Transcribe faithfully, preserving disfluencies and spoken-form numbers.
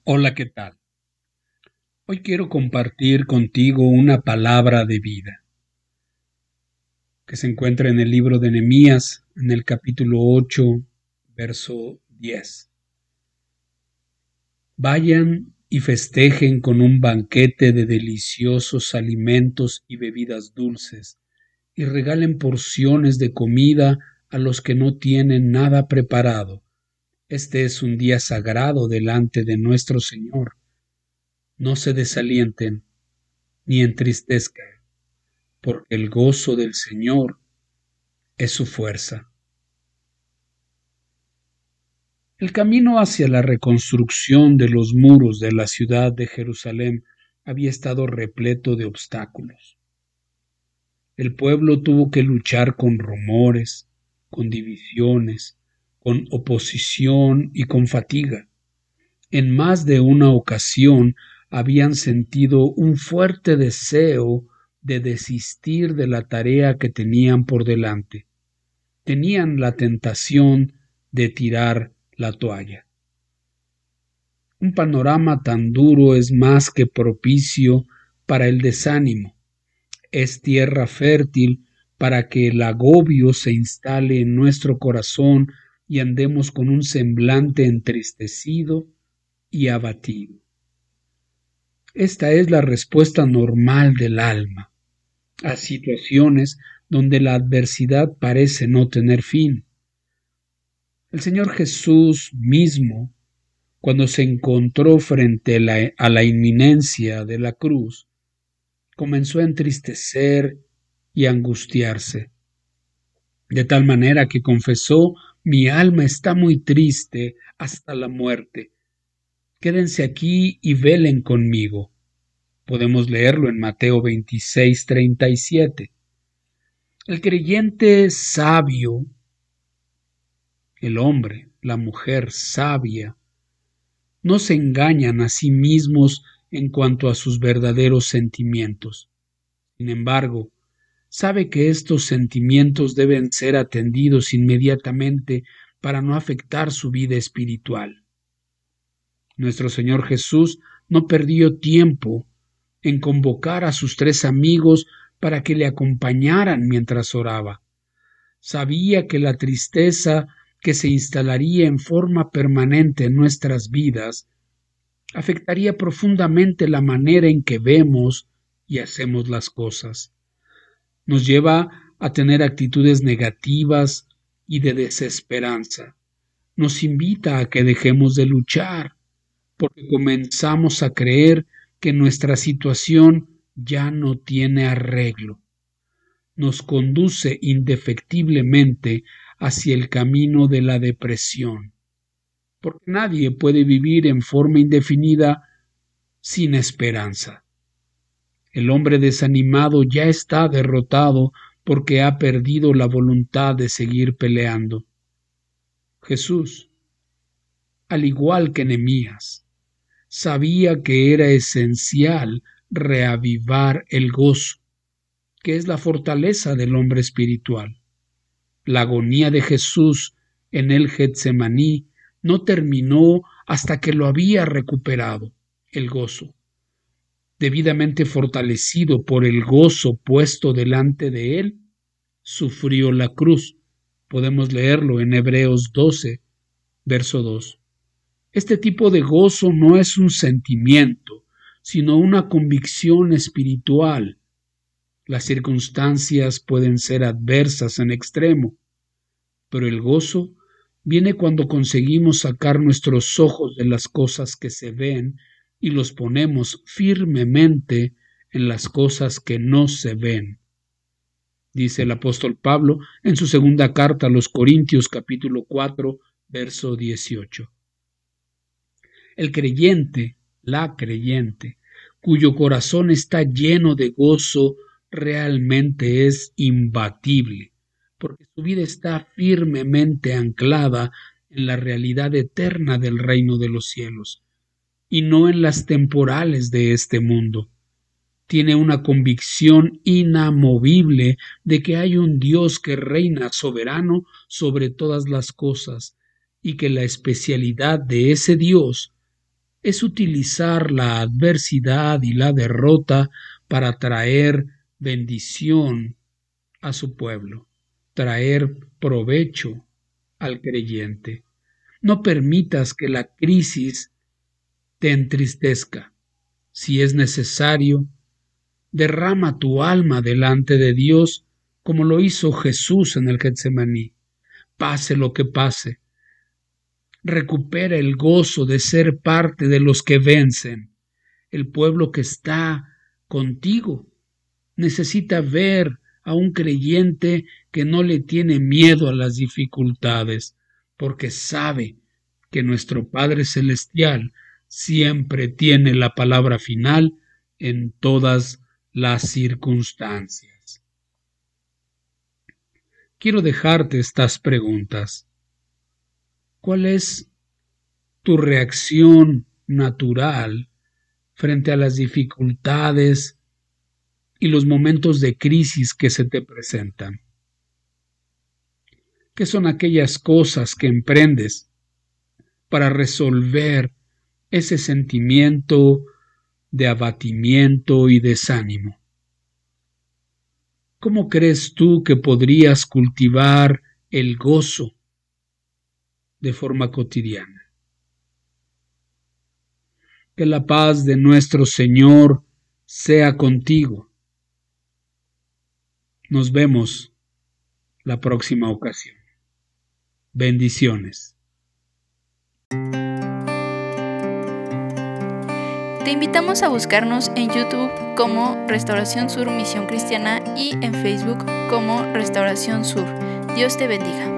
Hola, ¿qué tal? Hoy quiero compartir contigo una palabra de vida que se encuentra en el libro de Nehemías, en el capítulo ocho, verso diez. Vayan y festejen con un banquete de deliciosos alimentos y bebidas dulces, y regalen porciones de comida a los que no tienen nada preparado. Este es un día sagrado delante de nuestro Señor. No se desalienten ni entristezcan, porque el gozo del Señor es su fuerza. El camino hacia la reconstrucción de los muros de la ciudad de Jerusalén había estado repleto de obstáculos. El pueblo tuvo que luchar con rumores, con divisiones, con oposición y con fatiga. En más de una ocasión habían sentido un fuerte deseo de desistir de la tarea que tenían por delante. Tenían la tentación de tirar la toalla. Un panorama tan duro es más que propicio para el desánimo. Es tierra fértil para que el agobio se instale en nuestro corazón y andemos con un semblante entristecido y abatido. Esta es la respuesta normal del alma a situaciones donde la adversidad parece no tener fin. El Señor Jesús mismo, cuando se encontró frente a la, a la inminencia de la cruz, comenzó a entristecer y a angustiarse, de tal manera que confesó: mi alma está muy triste hasta la muerte. Quédense aquí y velen conmigo. Podemos leerlo en Mateo veintiséis, treinta y siete. El creyente sabio, el hombre, la mujer sabia, no se engañan a sí mismos en cuanto a sus verdaderos sentimientos. Sin embargo, sabe que estos sentimientos deben ser atendidos inmediatamente para no afectar su vida espiritual. Nuestro Señor Jesús no perdió tiempo en convocar a sus tres amigos para que le acompañaran mientras oraba. Sabía que la tristeza que se instalaría en forma permanente en nuestras vidas afectaría profundamente la manera en que vemos y hacemos las cosas. Nos lleva a tener actitudes negativas y de desesperanza. Nos invita a que dejemos de luchar, porque comenzamos a creer que nuestra situación ya no tiene arreglo. Nos conduce indefectiblemente hacia el camino de la depresión, porque nadie puede vivir en forma indefinida sin esperanza. El hombre desanimado ya está derrotado porque ha perdido la voluntad de seguir peleando. Jesús, al igual que Nehemías, sabía que era esencial reavivar el gozo, que es la fortaleza del hombre espiritual. La agonía de Jesús en el Getsemaní no terminó hasta que lo había recuperado, el gozo. Debidamente fortalecido por el gozo puesto delante de él, sufrió la cruz. Podemos leerlo en Hebreos doce, verso dos. Este tipo de gozo no es un sentimiento, sino una convicción espiritual. Las circunstancias pueden ser adversas en extremo, pero el gozo viene cuando conseguimos sacar nuestros ojos de las cosas que se ven y los ponemos firmemente en las cosas que no se ven. Dice el apóstol Pablo en su segunda carta a los Corintios capítulo cuatro, verso dieciocho. El creyente, la creyente, cuyo corazón está lleno de gozo, realmente es imbatible, porque su vida está firmemente anclada en la realidad eterna del reino de los cielos, y no en las temporales de este mundo. Tiene una convicción inamovible de que hay un Dios que reina soberano sobre todas las cosas, y que la especialidad de ese Dios es utilizar la adversidad y la derrota para traer bendición a su pueblo, traer provecho al creyente. No permitas que la crisis te entristezca. Si es necesario, derrama tu alma delante de Dios como lo hizo Jesús en el Getsemaní. Pase lo que pase, recupera el gozo de ser parte de los que vencen. El pueblo que está contigo necesita ver a un creyente que no le tiene miedo a las dificultades, porque sabe que nuestro Padre Celestial siempre tiene la palabra final en todas las circunstancias. Quiero dejarte estas preguntas. ¿Cuál es tu reacción natural frente a las dificultades y los momentos de crisis que se te presentan? ¿Qué son aquellas cosas que emprendes para resolver ese sentimiento de abatimiento y desánimo? ¿Cómo crees tú que podrías cultivar el gozo de forma cotidiana? Que la paz de nuestro Señor sea contigo. Nos vemos la próxima ocasión. Bendiciones. Te invitamos a buscarnos en YouTube como Restauración Sur Misión Cristiana y en Facebook como Restauración Sur. Dios te bendiga.